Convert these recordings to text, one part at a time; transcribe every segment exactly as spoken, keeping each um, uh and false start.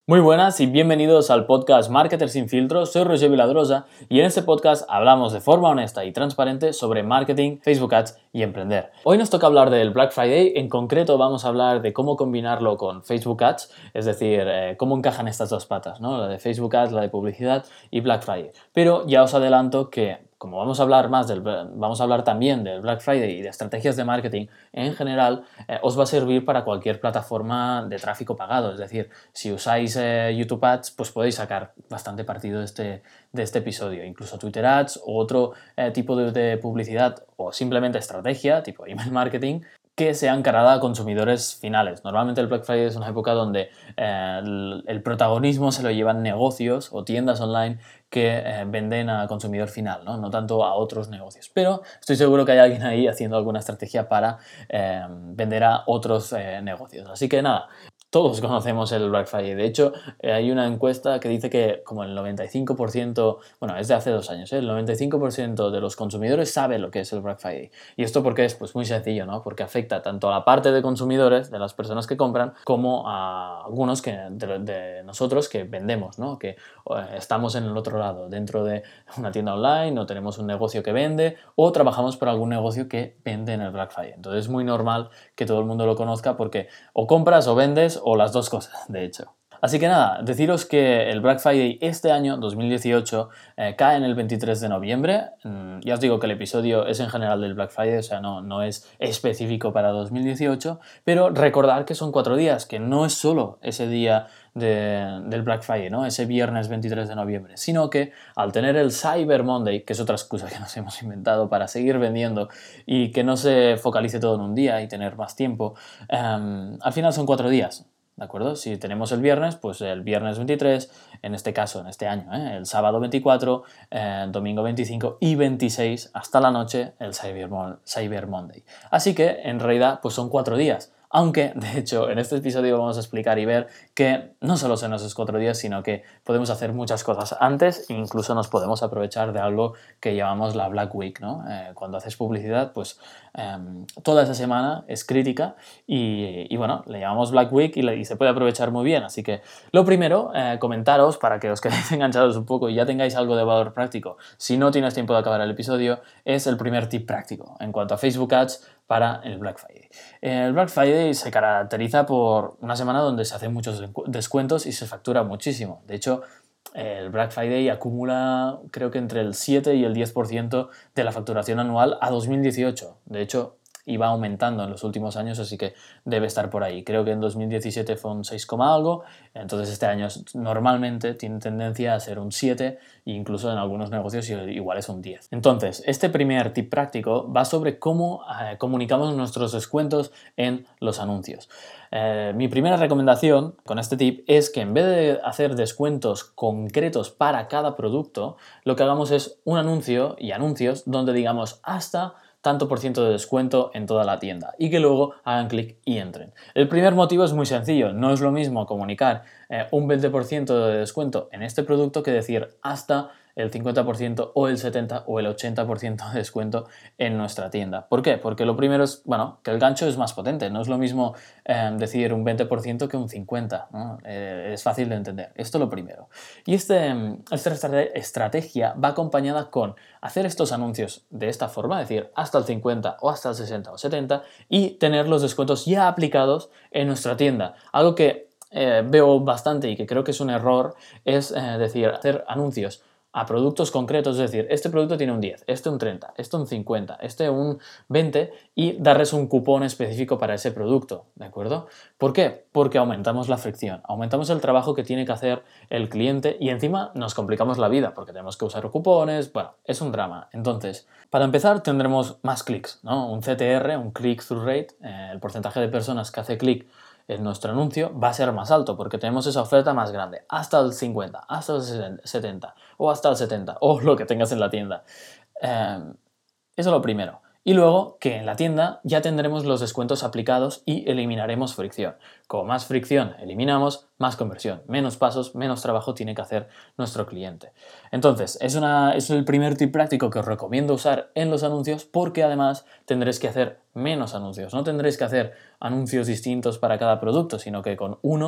Muy buenas y bienvenidos al podcast Marketer sin filtros. Soy Roger Viladrosa y en este podcast hablamos de forma honesta y transparente sobre marketing, Facebook Ads y emprender. Hoy nos toca hablar del Black Friday, en concreto vamos a hablar de cómo combinarlo con Facebook Ads, es decir, eh, cómo encajan estas dos patas, ¿no? La de Facebook Ads, la de publicidad y Black Friday. Pero ya os adelanto que como vamos a hablar más del, vamos a hablar también del Black Friday y de estrategias de marketing en general, eh, os va a servir para cualquier plataforma de tráfico pagado. Es decir, si usáis eh, YouTube Ads, pues podéis sacar bastante partido de este, de este episodio. Incluso Twitter Ads o otro eh, tipo de, de publicidad o simplemente estrategia, tipo email marketing, que sea encarada a consumidores finales. Normalmente el Black Friday es una época donde eh, el, el protagonismo se lo llevan negocios o tiendas online que eh, venden a consumidor final, ¿no? No tanto a otros negocios. Pero estoy seguro que hay alguien ahí haciendo alguna estrategia para eh, vender a otros eh, negocios. Así que nada, todos conocemos el Black Friday. De hecho, eh, hay una encuesta que dice que como el noventa y cinco por ciento, bueno, es de hace dos años, ¿eh? El noventa y cinco por ciento de los consumidores sabe lo que es el Black Friday. ¿Y esto por qué es? Pues muy sencillo, ¿no? Porque afecta tanto a la parte de consumidores, de las personas que compran, como a algunos que, de, de nosotros que vendemos, ¿no? Que eh, estamos en el otro lado, dentro de una tienda online o tenemos un negocio que vende o trabajamos por algún negocio que vende en el Black Friday. Entonces es muy normal que todo el mundo lo conozca porque o compras o vendes o las dos cosas, de hecho. Así que nada, deciros que el Black Friday este año, dos mil dieciocho, eh, cae en el veintitrés de noviembre. Mm, ya os digo que el episodio es en general del Black Friday, o sea, no, no es específico para dos mil dieciocho, pero recordad que son cuatro días, que no es solo ese día de, del Black Friday, ¿no? Ese viernes veintitrés de noviembre, sino que al tener el Cyber Monday, que es otra excusa que nos hemos inventado para seguir vendiendo y que no se focalice todo en un día y tener más tiempo, eh, al final son cuatro días. ¿De acuerdo? Si tenemos el viernes, pues el viernes veintitrés, en este caso, en este año, ¿eh? El sábado veinticuatro, eh, domingo veinticinco y veintiséis hasta la noche el Cyber, Mon- Cyber Monday. Así que, en realidad, pues son cuatro días. Aunque, de hecho, en este episodio vamos a explicar y ver que no solo son esos cuatro días, sino que podemos hacer muchas cosas antes e incluso nos podemos aprovechar de algo que llamamos la Black Week, ¿no? Eh, cuando haces publicidad, pues eh, toda esa semana es crítica y, y bueno, le llamamos Black Week y, le, y se puede aprovechar muy bien. Así que lo primero, eh, comentaros para que os quedéis enganchados un poco y ya tengáis algo de valor práctico. Si no tienes tiempo de acabar el episodio, es el primer tip práctico en cuanto a Facebook Ads para el Black Friday. El Black Friday se caracteriza por una semana donde se hacen muchos descuentos y se factura muchísimo. De hecho, el Black Friday acumula creo que entre el siete y el diez por ciento de la facturación anual a dos mil dieciocho. De hecho, iba aumentando en los últimos años, así que debe estar por ahí. Creo que en dos mil diecisiete fue un seis, algo, entonces este año normalmente tiene tendencia a ser un siete e incluso en algunos negocios igual es un diez. Entonces, este primer tip práctico va sobre cómo eh, comunicamos nuestros descuentos en los anuncios. Eh, mi primera recomendación con este tip es que en vez de hacer descuentos concretos para cada producto, lo que hagamos es un anuncio y anuncios donde digamos hasta tanto por ciento de descuento en toda la tienda y que luego hagan clic y entren. El primer motivo es muy sencillo, no es lo mismo comunicar eh, un veinte por ciento de descuento en este producto que decir hasta el cincuenta por ciento o el setenta por ciento o el ochenta por ciento de descuento en nuestra tienda. ¿Por qué? Porque lo primero es, bueno, que el gancho es más potente, no es lo mismo eh, decir un veinte por ciento que un cincuenta por ciento, ¿no? Eh, es fácil de entender, esto lo primero. Y este, esta estrategia va acompañada con hacer estos anuncios de esta forma, es decir, hasta el cincuenta o hasta el sesenta o setenta y tener los descuentos ya aplicados en nuestra tienda. Algo que eh, veo bastante y que creo que es un error es eh, decir, hacer anuncios a productos concretos, es decir, este producto tiene un diez, este un treinta, este un cincuenta, este un veinte y darles un cupón específico para ese producto, ¿de acuerdo? ¿Por qué? Porque aumentamos la fricción, aumentamos el trabajo que tiene que hacer el cliente y encima nos complicamos la vida porque tenemos que usar cupones, bueno, es un drama. Entonces, para empezar tendremos más clics, ¿no? Un C T R, un click-through rate, eh, el porcentaje de personas que hace clic en nuestro anuncio va a ser más alto porque tenemos esa oferta más grande, hasta el cincuenta, hasta el setenta o hasta el setenta o lo que tengas en la tienda. Eh, eso es lo primero. Y luego que en la tienda ya tendremos los descuentos aplicados y eliminaremos fricción. Como más fricción eliminamos, más conversión. Menos pasos, menos trabajo tiene que hacer nuestro cliente. Entonces, es, una, es el primer tip práctico que os recomiendo usar en los anuncios porque además tendréis que hacer menos anuncios. No tendréis que hacer anuncios distintos para cada producto, sino que con uno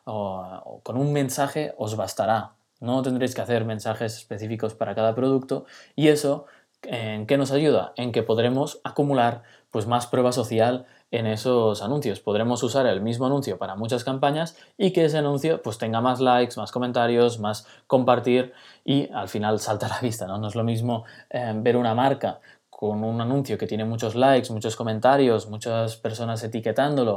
o, o con un mensaje os bastará. No tendréis que hacer mensajes específicos para cada producto y eso, ¿en qué nos ayuda? En que podremos acumular pues, más prueba social en esos anuncios. Podremos usar el mismo anuncio para muchas campañas y que ese anuncio pues, tenga más likes, más comentarios, más compartir y al final salta a la vista, ¿no? No es lo mismo eh, ver una marca con un anuncio que tiene muchos likes, muchos comentarios, muchas personas etiquetándolo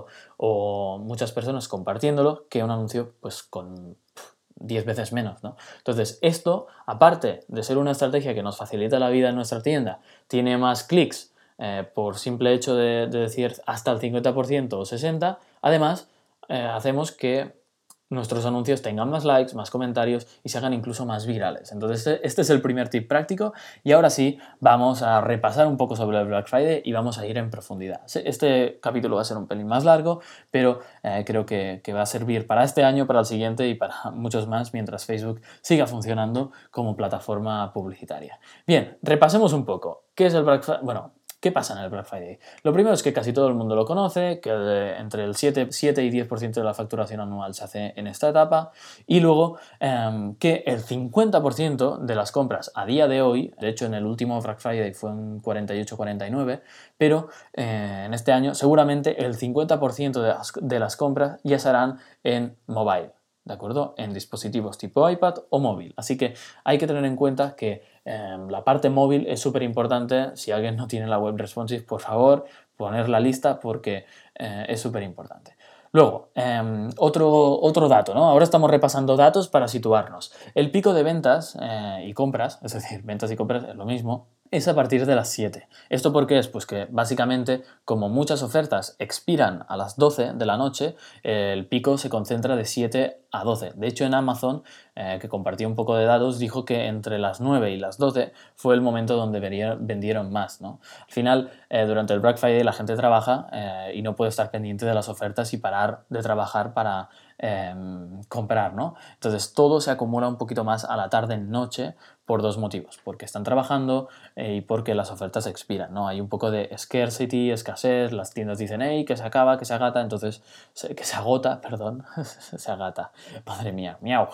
o muchas personas compartiéndolo que un anuncio pues con diez veces menos, ¿no? Entonces, esto, aparte de ser una estrategia que nos facilita la vida en nuestra tienda, tiene más clics eh, por simple hecho de, de decir hasta el cincuenta por ciento o sesenta por ciento, además, eh, hacemos que nuestros anuncios tengan más likes, más comentarios y se hagan incluso más virales. Entonces, este, este es el primer tip práctico y ahora sí vamos a repasar un poco sobre el Black Friday y vamos a ir en profundidad. Este capítulo va a ser un pelín más largo, pero eh, creo que, que va a servir para este año, para el siguiente y para muchos más mientras Facebook siga funcionando como plataforma publicitaria. Bien, repasemos un poco. ¿Qué es el Black Friday? Bueno, ¿qué pasa en el Black Friday? Lo primero es que casi todo el mundo lo conoce, que eh, entre el siete, siete y diez por ciento de la facturación anual se hace en esta etapa y luego eh, que el cincuenta por ciento de las compras a día de hoy, de hecho en el último Black Friday fue un cuarenta y ocho cuarenta y nueve, pero eh, en este año seguramente el cincuenta por ciento de las, de las compras ya se harán en mobile. ¿De acuerdo? En dispositivos tipo iPad o móvil. Así que hay que tener en cuenta que eh, la parte móvil es súper importante. Si alguien no tiene la web responsive, por favor, poner la lista porque eh, es súper importante. Luego, eh, otro, otro dato, ¿no? Ahora estamos repasando datos para situarnos. El pico de ventas eh, y compras, es decir, ventas y compras es lo mismo, es a partir de las siete. ¿Esto por qué es? Pues que básicamente, como muchas ofertas expiran a las doce de la noche, el pico se concentra de siete a doce. De hecho, en Amazon, eh, que compartió un poco de datos, dijo que entre las nueve y las doce fue el momento donde vendieron más, ¿no? Al final, eh, durante el Black Friday la gente trabaja eh, y no puede estar pendiente de las ofertas y parar de trabajar para eh, comprar, ¿no? Entonces, todo se acumula un poquito más a la tarde-noche por dos motivos, porque están trabajando eh, y porque las ofertas expiran, ¿no? Hay un poco de scarcity, escasez, las tiendas dicen, hey, que se acaba, que se agata, entonces, se, que se agota, perdón, se agata, madre mía, miau.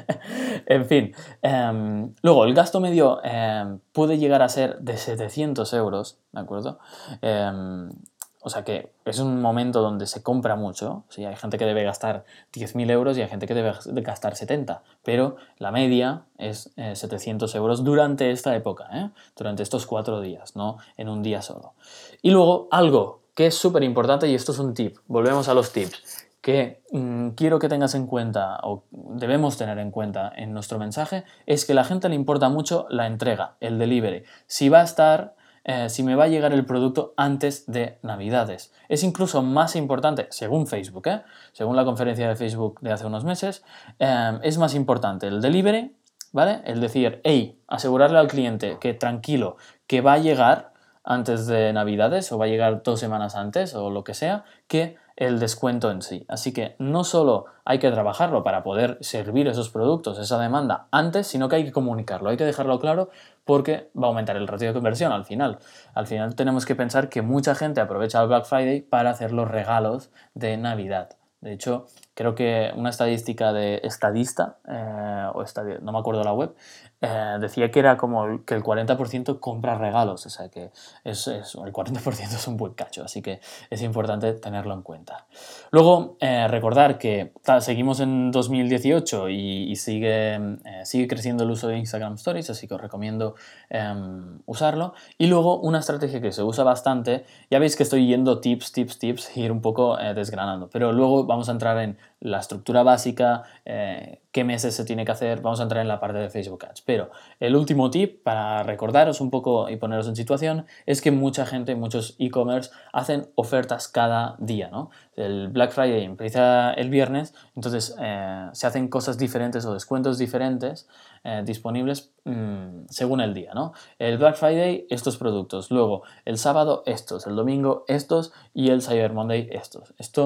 En fin, eh, luego el gasto medio eh, puede llegar a ser de setecientos euros, ¿de acuerdo? Eh, O sea que es un momento donde se compra mucho, ¿sí? Hay gente que debe gastar diez mil euros y hay gente que debe gastar setenta, pero la media es eh, setecientos euros durante esta época, ¿eh? Durante estos cuatro días, no en un día solo. Y luego algo que es súper importante, y esto es un tip, volvemos a los tips, que mmm, quiero que tengas en cuenta o debemos tener en cuenta en nuestro mensaje, es que a la gente le importa mucho la entrega, el delivery. Si va a estar... Eh, si me va a llegar el producto antes de Navidades. Es incluso más importante, según Facebook, ¿eh? Según la conferencia de Facebook de hace unos meses, eh, es más importante el delivery, ¿vale? El decir, hey, asegurarle al cliente que tranquilo, que va a llegar antes de Navidades o va a llegar dos semanas antes o lo que sea, que el descuento en sí. Así que no solo hay que trabajarlo para poder servir esos productos, esa demanda antes, sino que hay que comunicarlo, hay que dejarlo claro porque va a aumentar el ratio de conversión al final. Al final tenemos que pensar que mucha gente aprovecha el Black Friday para hacer los regalos de Navidad. De hecho, creo que una estadística de Estadista, eh, o estadi no me acuerdo la web, eh, decía que era como que el cuarenta por ciento compra regalos, o sea que es, es, el cuarenta por ciento es un buen cacho, así que es importante tenerlo en cuenta. Luego, eh, recordar que ta, seguimos en dos mil dieciocho y, y sigue, eh, sigue creciendo el uso de Instagram Stories, así que os recomiendo eh, usarlo. Y luego, una estrategia que se usa bastante, ya veis que estoy yendo tips, tips, tips, y ir un poco eh, desgranando, pero luego vamos a entrar en la estructura básica, eh, qué meses se tiene que hacer, vamos a entrar en la parte de Facebook Ads. Pero el último tip para recordaros un poco y poneros en situación es que mucha gente, muchos e-commerce hacen ofertas cada día, ¿no? El Black Friday empieza el viernes, entonces eh, se hacen cosas diferentes o descuentos diferentes eh, disponibles mmm, según el día, ¿no? El Black Friday, estos productos, luego el sábado estos, el domingo estos y el Cyber Monday estos. Esto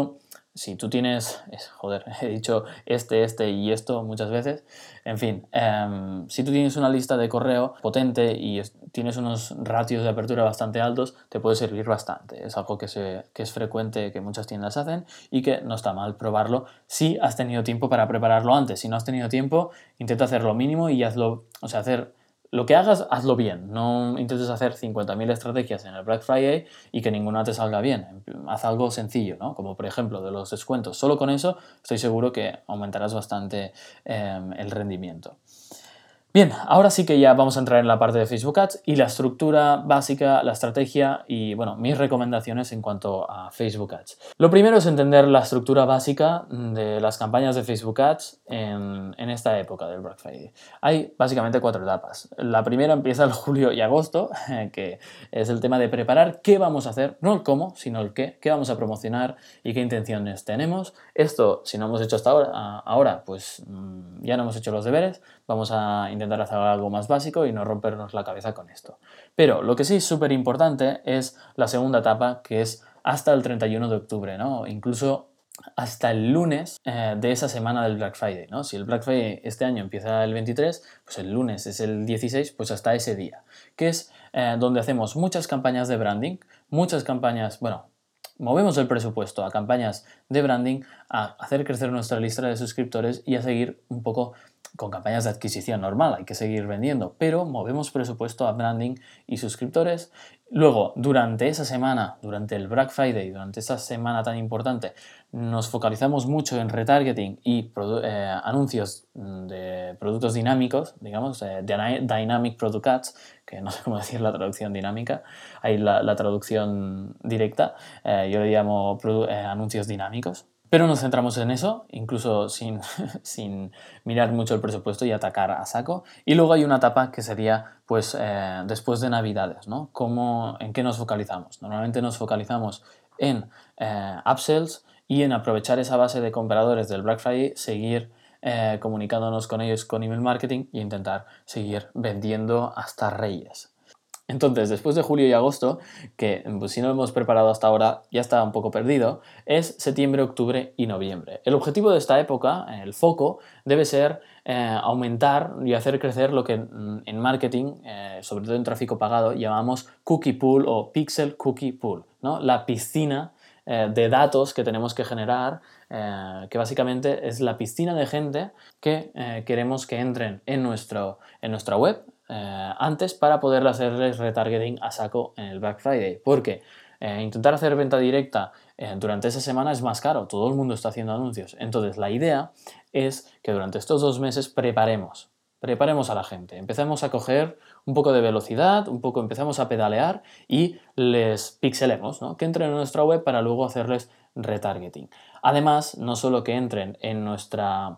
si tú tienes, joder, he dicho este, este y esto muchas veces, en fin, eh, si tú tienes una lista de correo potente y es, tienes unos ratios de apertura bastante altos, te puede servir bastante. Es algo que, se, que es frecuente, que muchas tiendas hacen y que no está mal probarlo si has tenido tiempo para prepararlo antes. Si no has tenido tiempo, intenta hacer lo mínimo y hazlo, o sea, hacer... Lo que hagas, hazlo bien. No intentes hacer cincuenta mil estrategias en el Black Friday y que ninguna te salga bien. Haz algo sencillo, ¿no? Como por ejemplo de los descuentos. Solo con eso estoy seguro que aumentarás bastante eh, el rendimiento. Bien, ahora sí que ya vamos a entrar en la parte de Facebook Ads y la estructura básica, la estrategia y, bueno, mis recomendaciones en cuanto a Facebook Ads. Lo primero es entender la estructura básica de las campañas de Facebook Ads en, en esta época del Black Friday. Hay básicamente cuatro etapas. La primera empieza el julio y agosto, que es el tema de preparar qué vamos a hacer, no el cómo, sino el qué, qué vamos a promocionar y qué intenciones tenemos. Esto, si no hemos hecho hasta ahora, ahora pues ya no hemos hecho los deberes, vamos a intentar hacer algo más básico y no rompernos la cabeza con esto. Pero lo que sí es súper importante es la segunda etapa, que es hasta el treinta y uno de octubre, ¿no? Incluso hasta el lunes eh, de esa semana del Black Friday, ¿no? Si el Black Friday este año empieza el veintitrés, pues el lunes es el dieciséis, pues hasta ese día, que es eh, donde hacemos muchas campañas de branding, muchas campañas, bueno, movemos el presupuesto a campañas de branding, a hacer crecer nuestra lista de suscriptores y a seguir un poco con campañas de adquisición normal, hay que seguir vendiendo, pero movemos presupuesto a branding y suscriptores. Luego, durante esa semana, durante el Black Friday, durante esa semana tan importante, nos focalizamos mucho en retargeting y eh, anuncios de productos dinámicos, digamos, eh, Dynamic Product Ads, que no sé cómo decir la traducción dinámica, hay la, la traducción directa, eh, yo le llamo eh, anuncios dinámicos. Pero nos centramos en eso, incluso sin, sin mirar mucho el presupuesto y atacar a saco. Y luego hay una etapa que sería pues, eh, después de Navidades, ¿no? ¿Cómo, ¿En qué nos focalizamos? Normalmente nos focalizamos en eh, upsells y en aprovechar esa base de compradores del Black Friday, seguir eh, comunicándonos con ellos con email marketing e intentar seguir vendiendo hasta Reyes. Entonces, después de julio y agosto, que pues, si no lo hemos preparado hasta ahora ya está un poco perdido, es septiembre, octubre y noviembre. El objetivo de esta época, el foco, debe ser eh, aumentar y hacer crecer lo que en marketing, eh, sobre todo en tráfico pagado, llamamos cookie pool o pixel cookie pool, ¿no? La piscina eh, de datos que tenemos que generar, eh, que básicamente es la piscina de gente que eh, queremos que entren en, nuestro, en nuestra web, Eh, antes para poder hacerles retargeting a saco en el Black Friday, porque eh, intentar hacer venta directa eh, durante esa semana es más caro, todo el mundo está haciendo anuncios. Entonces la idea es que durante estos dos meses preparemos, preparemos a la gente, empecemos a coger un poco de velocidad, un poco empezamos a pedalear y les pixelemos, ¿no? Que entren en nuestra web para luego hacerles retargeting. Además, no solo que entren en nuestra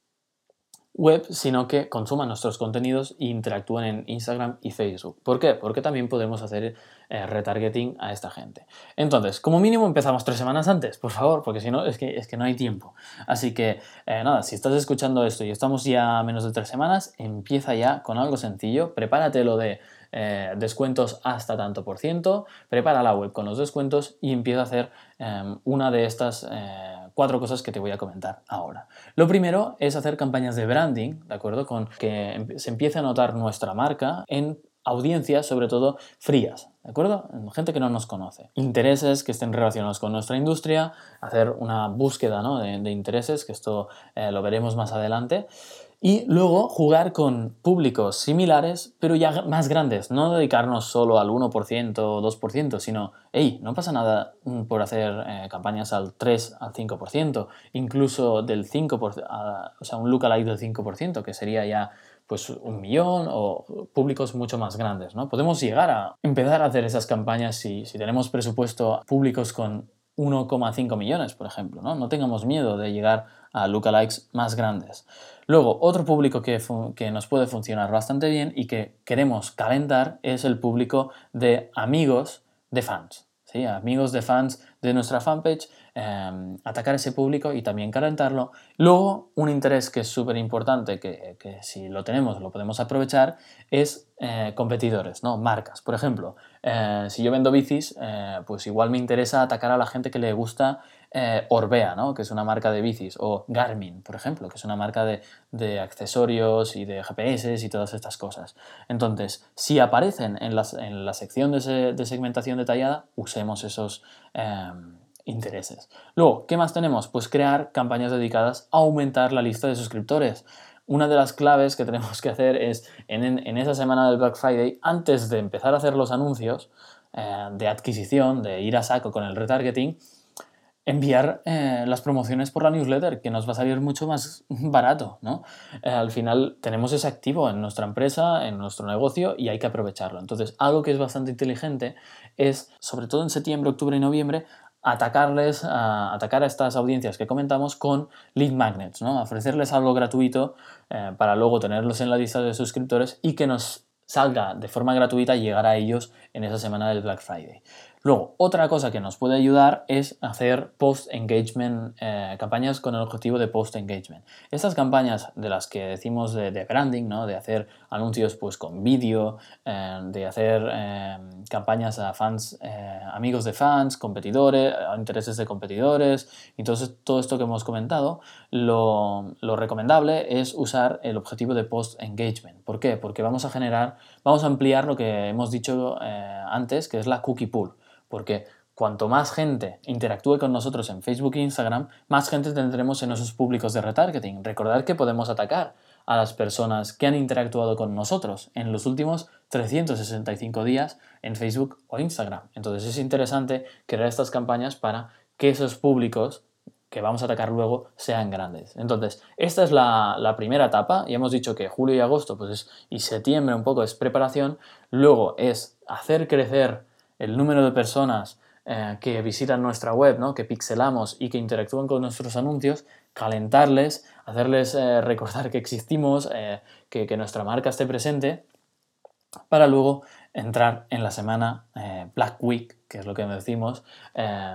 web, sino que consuman nuestros contenidos e interactúen en Instagram y Facebook. ¿Por qué? Porque también podemos hacer eh, retargeting a esta gente. Entonces, como mínimo empezamos tres semanas antes, por favor, porque si no, es que, es que no hay tiempo. Así que, eh, nada, si estás escuchando esto y estamos ya a menos de tres semanas, empieza ya con algo sencillo, prepárate lo de eh, descuentos hasta tanto por ciento, prepara la web con los descuentos y empieza a hacer eh, una de estas eh, cuatro cosas que te voy a comentar ahora. Lo primero es hacer campañas de branding, ¿de acuerdo? Con que se empiece a notar nuestra marca en audiencias, sobre todo frías, ¿de acuerdo? Gente que no nos conoce. Intereses que estén relacionados con nuestra industria, hacer una búsqueda, ¿no? de, de intereses, que esto eh, lo veremos más adelante. Y luego jugar con públicos similares, pero ya más grandes. No dedicarnos solo al uno por ciento o dos por ciento, sino, hey, no pasa nada por hacer eh, campañas al tres al cinco por ciento, incluso del cinco por ciento, a, o sea, un lookalike del cinco por ciento, que sería ya pues un millón o públicos mucho más grandes, ¿no? Podemos llegar a empezar a hacer esas campañas si, si tenemos presupuesto públicos con uno coma cinco millones, por ejemplo, ¿no? No tengamos miedo de llegar a lookalikes más grandes. Luego, otro público que, que nos puede funcionar bastante bien y que queremos calentar es el público de amigos de fans, ¿sí? Amigos de fans de nuestra fanpage, eh, atacar ese público y también calentarlo. Luego, un interés que es súper importante, que, que si lo tenemos lo podemos aprovechar, es eh, competidores, ¿no? Marcas. Por ejemplo, eh, si yo vendo bicis, eh, pues igual me interesa atacar a la gente que le gusta eh, Orbea, ¿no? Que es una marca de bicis, o Garmin, por ejemplo, que es una marca de, de accesorios y de G P S y todas estas cosas. Entonces, si aparecen en la, en la sección de, se, de segmentación detallada, usemos esos eh, intereses. Luego, ¿qué más tenemos? Pues crear campañas dedicadas a aumentar la lista de suscriptores. Una de las claves que tenemos que hacer es, en, en esa semana del Black Friday, antes de empezar a hacer los anuncios eh, de adquisición, de ir a saco con el retargeting, enviar eh, las promociones por la newsletter, que nos va a salir mucho más barato, ¿no? Eh, al final tenemos ese activo en nuestra empresa, en nuestro negocio, y hay que aprovecharlo. Entonces, algo que es bastante inteligente es, sobre todo en septiembre, octubre y noviembre, atacarles, a, atacar a estas audiencias que comentamos con lead magnets, ¿no? Ofrecerles algo gratuito eh, para luego tenerlos en la lista de suscriptores y que nos salga de forma gratuita llegar a ellos en esa semana del Black Friday. Luego, otra cosa que nos puede ayudar es hacer post-engagement, eh, campañas con el objetivo de post-engagement. Estas campañas de las que decimos de, de branding, ¿no? De hacer anuncios pues, con vídeo, eh, de hacer eh, campañas a fans, eh, amigos de fans, competidores, a intereses de competidores, y entonces todo esto que hemos comentado, lo, lo recomendable es usar el objetivo de post-engagement. ¿Por qué? Porque vamos a generar, vamos a ampliar lo que hemos dicho eh, antes, que es la cookie pool. Porque cuanto más gente interactúe con nosotros en Facebook e Instagram, más gente tendremos en esos públicos de retargeting. Recordad que podemos atacar a las personas que han interactuado con nosotros en los últimos trescientos sesenta y cinco días en Facebook o Instagram. Entonces es interesante crear estas campañas para que esos públicos que vamos a atacar luego sean grandes. Entonces, esta es la, la primera etapa. Ya hemos dicho que julio y agosto pues es, y septiembre un poco es preparación. Luego es hacer crecer el número de personas eh, que visitan nuestra web, ¿no? Que pixelamos y que interactúan con nuestros anuncios, calentarles, hacerles eh, recordar que existimos, eh, que, que nuestra marca esté presente, para luego entrar en la semana eh, Black Week, que es lo que decimos, eh,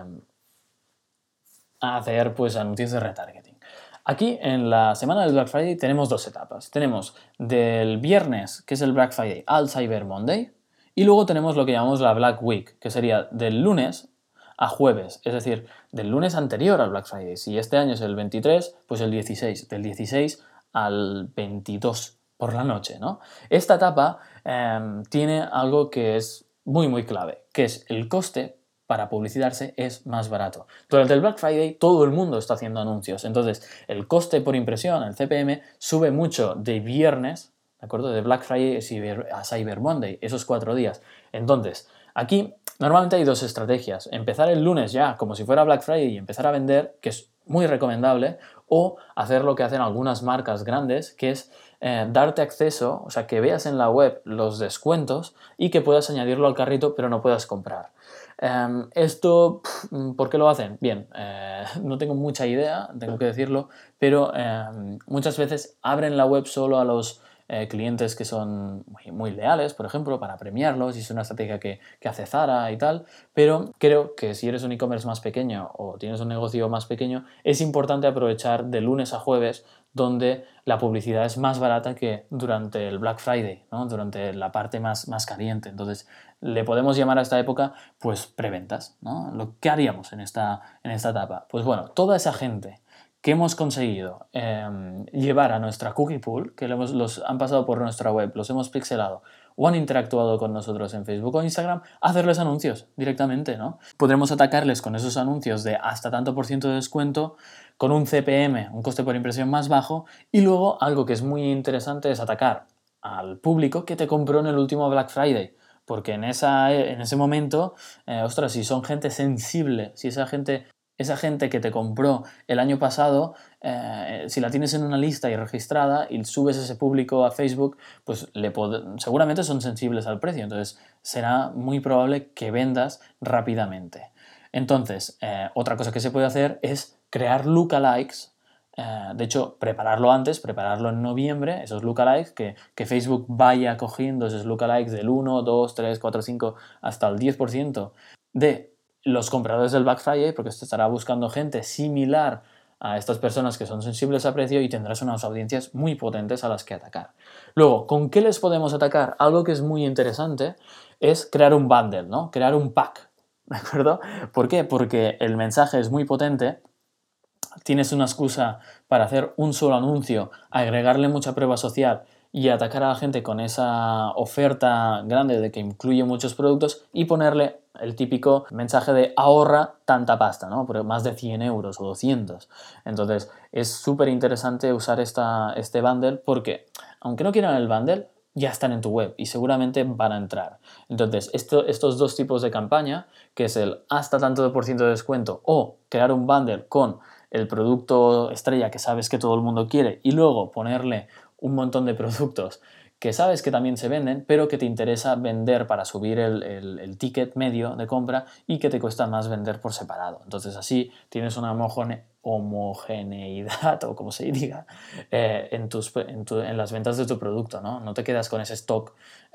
a hacer pues, anuncios de retargeting. Aquí en la semana del Black Friday tenemos dos etapas. Tenemos del viernes, que es el Black Friday, al Cyber Monday. Y luego tenemos lo que llamamos la Black Week, que sería del lunes a jueves, es decir, del lunes anterior al Black Friday. Si este año es el veintitrés, pues el dieciséis, del dieciséis al veintidós por la noche, ¿no? Esta etapa eh, tiene algo que es muy, muy clave, que es el coste para publicitarse es más barato. Durante el Black Friday todo el mundo está haciendo anuncios, entonces el coste por impresión, el C P M, sube mucho de viernes, ¿de acuerdo? De Black Friday a Cyber Monday, esos cuatro días. Entonces, aquí normalmente hay dos estrategias. Empezar el lunes ya, como si fuera Black Friday, y empezar a vender, que es muy recomendable, o hacer lo que hacen algunas marcas grandes, que es eh, darte acceso, o sea, que veas en la web los descuentos y que puedas añadirlo al carrito, pero no puedas comprar. Um, esto, ¿por qué lo hacen? Bien, eh, no tengo mucha idea, tengo que decirlo, pero eh, muchas veces abren la web solo a los Eh, clientes que son muy, muy leales, por ejemplo, para premiarlos, y es una estrategia que, que hace Zara y tal, pero creo que si eres un e-commerce más pequeño o tienes un negocio más pequeño, es importante aprovechar de lunes a jueves, donde la publicidad es más barata que durante el Black Friday, ¿no? Durante la parte más, más caliente. Entonces, le podemos llamar a esta época, pues, preventas, ¿no? Lo que haríamos en esta, en esta etapa. Pues bueno, toda esa gente que hemos conseguido eh, llevar a nuestra cookie pool, que los, los han pasado por nuestra web, los hemos pixelado o han interactuado con nosotros en Facebook o Instagram, hacerles anuncios directamente, ¿no? Podremos atacarles con esos anuncios de hasta tanto por ciento de descuento, con un C P M, un coste por impresión más bajo, y luego algo que es muy interesante es atacar al público que te compró en el último Black Friday. Porque en, esa, en ese momento, eh, ostras, si son gente sensible, si esa gente... Esa gente que te compró el año pasado, eh, si la tienes en una lista y registrada y subes ese público a Facebook, pues le seguramente son sensibles al precio, entonces será muy probable que vendas rápidamente. Entonces, eh, otra cosa que se puede hacer es crear lookalikes, eh, de hecho, prepararlo antes, prepararlo en noviembre, esos lookalikes, que, que Facebook vaya cogiendo esos lookalikes del uno, dos, tres, cuatro, cinco hasta el diez por ciento de los compradores del Black Friday, porque esto estará buscando gente similar a estas personas que son sensibles a precio, y tendrás unas audiencias muy potentes a las que atacar. Luego, ¿con qué les podemos atacar? Algo que es muy interesante es crear un bundle, ¿no? Crear un pack ¿de acuerdo? ¿Por qué? Porque el mensaje es muy potente, tienes una excusa para hacer un solo anuncio, agregarle mucha prueba social y atacar a la gente con esa oferta grande de que incluye muchos productos y ponerle el típico mensaje de ahorra tanta pasta, ¿no? Por más de cien euros o doscientos. Entonces es súper interesante usar esta, este bundle porque aunque no quieran el bundle, ya están en tu web y seguramente van a entrar. Entonces, esto, estos dos tipos de campaña, que es el hasta tanto por ciento de descuento o crear un bundle con el producto estrella que sabes que todo el mundo quiere y luego ponerle un montón de productos que sabes que también se venden, pero que te interesa vender para subir el, el, el ticket medio de compra y que te cuesta más vender por separado. Entonces así tienes una homogeneidad, o como se diga, eh, en, tus, en, tu, en las ventas de tu producto, ¿no? No te quedas con ese stock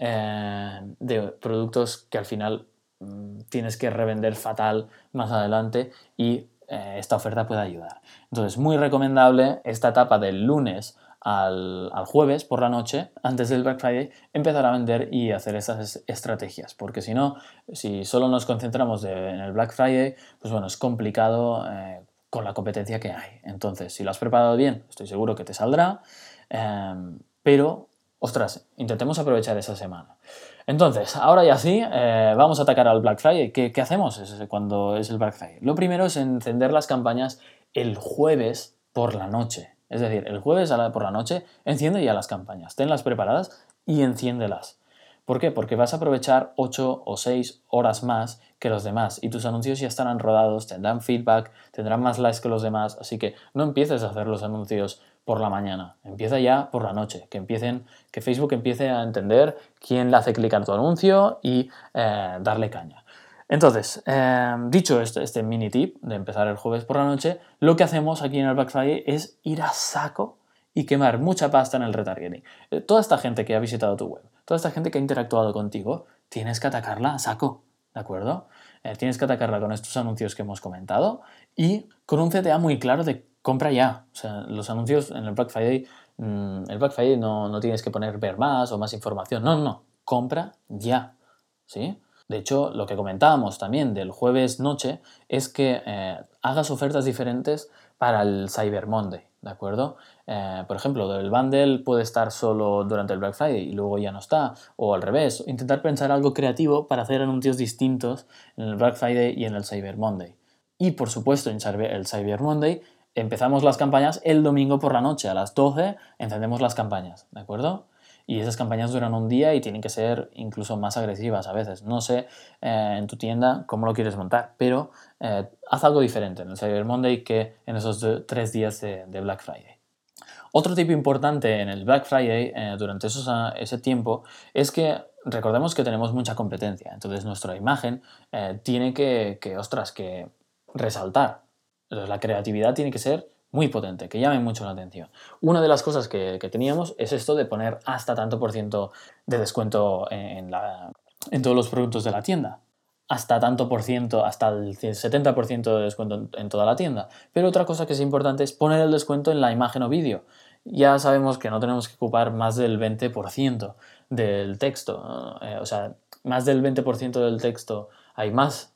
eh, de productos que al final mmm, tienes que revender fatal más adelante y eh, esta oferta puede ayudar. Entonces, muy recomendable esta etapa del lunes Al, al jueves por la noche, antes del Black Friday, empezar a vender y hacer esas estrategias, porque si no, si solo nos concentramos de, en el Black Friday, pues bueno, es complicado eh, con la competencia que hay. Entonces, si lo has preparado bien, estoy seguro que te saldrá, eh, pero, ostras, intentemos aprovechar esa semana. Entonces, ahora ya sí, eh, vamos a atacar al Black Friday. ¿Qué, qué hacemos cuando es el Black Friday? Lo primero es encender las campañas el jueves por la noche. Es decir, el jueves por la noche enciende ya las campañas, tenlas preparadas y enciéndelas. ¿Por qué? Porque vas a aprovechar ocho o seis horas más que los demás y tus anuncios ya estarán rodados, tendrán feedback, tendrán más likes que los demás, así que no empieces a hacer los anuncios por la mañana, empieza ya por la noche, que empiecen, que Facebook empiece a entender quién le hace clic a tu anuncio y eh, darle caña. Entonces, eh, dicho este, este mini tip de empezar el jueves por la noche, lo que hacemos aquí en el Black Friday es ir a saco y quemar mucha pasta en el retargeting. Eh, toda esta gente que ha visitado tu web, toda esta gente que ha interactuado contigo, tienes que atacarla a saco, ¿de acuerdo? Eh, tienes que atacarla con estos anuncios que hemos comentado y con un C T A muy claro de compra ya. O sea, los anuncios en el Black Friday, mmm, el Black Friday no, no tienes que poner ver más o más información, no, no, no, compra ya, ¿sí? De hecho, lo que comentábamos también del jueves noche es que eh, hagas ofertas diferentes para el Cyber Monday, ¿de acuerdo? Eh, por ejemplo, el bundle puede estar solo durante el Black Friday y luego ya no está, o al revés, intentar pensar algo creativo para hacer anuncios distintos en el Black Friday y en el Cyber Monday. Y por supuesto, en el Cyber Monday empezamos las campañas el domingo por la noche, a las doce encendemos las campañas, ¿de acuerdo? Y esas campañas duran un día y tienen que ser incluso más agresivas a veces. No sé eh, en tu tienda cómo lo quieres montar, pero eh, haz algo diferente en el Cyber Monday que en esos de, tres días de, de Black Friday. Otro tipo importante en el Black Friday eh, durante esos, ese tiempo es que recordemos que tenemos mucha competencia. Entonces nuestra imagen eh, tiene que, que, ostras, que resaltar. Entonces la creatividad tiene que ser muy potente, que llame mucho la atención. Una de las cosas que, que teníamos es esto de poner hasta tanto por ciento de descuento en, la, en todos los productos de la tienda. Hasta tanto por ciento, hasta el setenta por ciento de descuento en toda la tienda. Pero otra cosa que es importante es poner el descuento en la imagen o vídeo. Ya sabemos que no tenemos que ocupar más del veinte por ciento del texto. Eh, o sea, más del veinte por ciento del texto, hay más,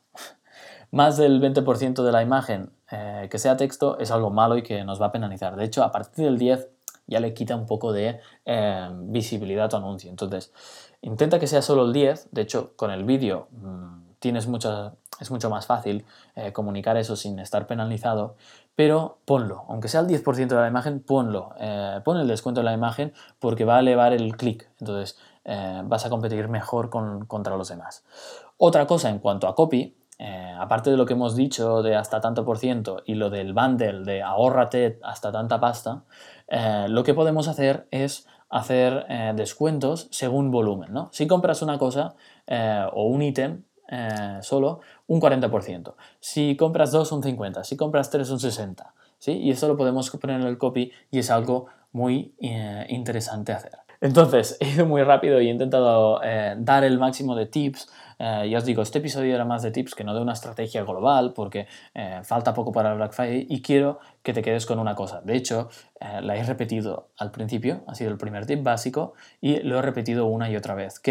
más del veinte por ciento de la imagen eh, que sea texto es algo malo y que nos va a penalizar. De hecho, a partir del diez ya le quita un poco de eh, visibilidad a tu anuncio. Entonces, intenta que sea solo el diez. De hecho, con el vídeo mmm, tienes mucha, es mucho más fácil eh, comunicar eso sin estar penalizado, pero ponlo, aunque sea el diez por ciento de la imagen, ponlo, eh, pon el descuento en la imagen porque va a elevar el clic, entonces eh, vas a competir mejor con, contra los demás. Otra cosa en cuanto a copy, eh, aparte de lo que hemos dicho de hasta tanto por ciento y lo del bundle de ahórrate hasta tanta pasta, eh, lo que podemos hacer es hacer eh, descuentos según volumen, ¿no? Si compras una cosa eh, o un ítem, Eh, solo un cuarenta por ciento. Si compras dos, un cincuenta por ciento. Si compras tres, un sesenta por ciento. ¿Sí? Y eso lo podemos poner en el copy y es algo muy eh, interesante hacer. Entonces, he ido muy rápido y he intentado eh, dar el máximo de tips. Eh, ya os digo, este episodio era más de tips que no de una estrategia global porque eh, falta poco para el Black Friday y quiero que te quedes con una cosa. De hecho, eh, la he repetido al principio, ha sido el primer tip básico y lo he repetido una y otra vez, que es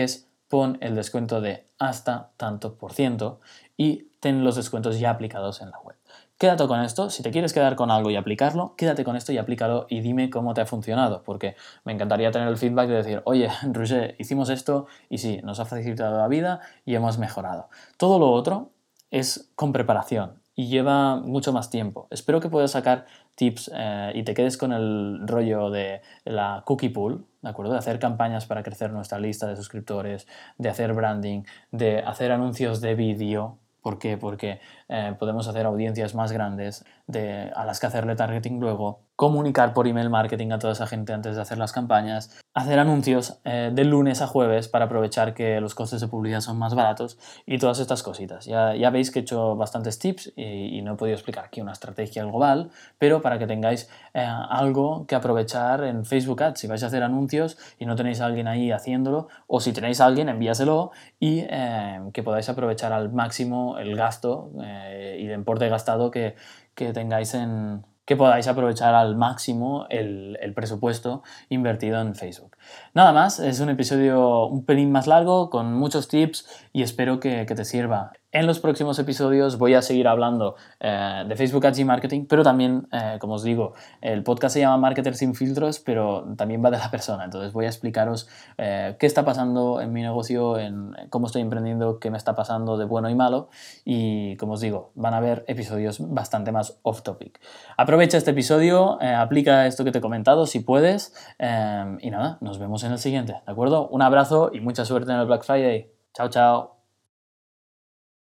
pon el descuento de hasta tanto por ciento y ten los descuentos ya aplicados en la web. Quédate con esto, si te quieres quedar con algo y aplicarlo, quédate con esto y aplícalo y dime cómo te ha funcionado, porque me encantaría tener el feedback de decir, oye, Roger, hicimos esto y sí, nos ha facilitado la vida y hemos mejorado. Todo lo otro es con preparación y lleva mucho más tiempo. Espero que puedas sacar tips eh, y te quedes con el rollo de la cookie pool, ¿de acuerdo? De hacer campañas para crecer nuestra lista de suscriptores, de hacer branding, de hacer anuncios de vídeo. ¿Por qué? Porque eh, podemos hacer audiencias más grandes de, a las que hacerle targeting luego, comunicar por email marketing a toda esa gente antes de hacer las campañas, hacer anuncios eh, de lunes a jueves para aprovechar que los costes de publicidad son más baratos y todas estas cositas. Ya, ya veis que he hecho bastantes tips y, y no he podido explicar aquí una estrategia global, pero para que tengáis eh, algo que aprovechar en Facebook Ads. Si vais a hacer anuncios y no tenéis a alguien ahí haciéndolo, o si tenéis a alguien, envíaselo y eh, que podáis aprovechar al máximo el gasto eh, y el importe gastado que, que tengáis en... que podáis aprovechar al máximo el, el presupuesto invertido en Facebook. Nada más, es un episodio un pelín más largo, con muchos tips y espero que, que te sirva. En los próximos episodios voy a seguir hablando eh, de Facebook Ads y Marketing, pero también, eh, como os digo, el podcast se llama Marketer sin filtros, pero también va de la persona. Entonces voy a explicaros eh, qué está pasando en mi negocio, en cómo estoy emprendiendo, qué me está pasando de bueno y malo. Y, como os digo, van a haber episodios bastante más off topic. Aprovecha este episodio, eh, aplica esto que te he comentado si puedes. Eh, y nada, nos vemos en el siguiente, ¿de acuerdo? Un abrazo y mucha suerte en el Black Friday. Chao, chao.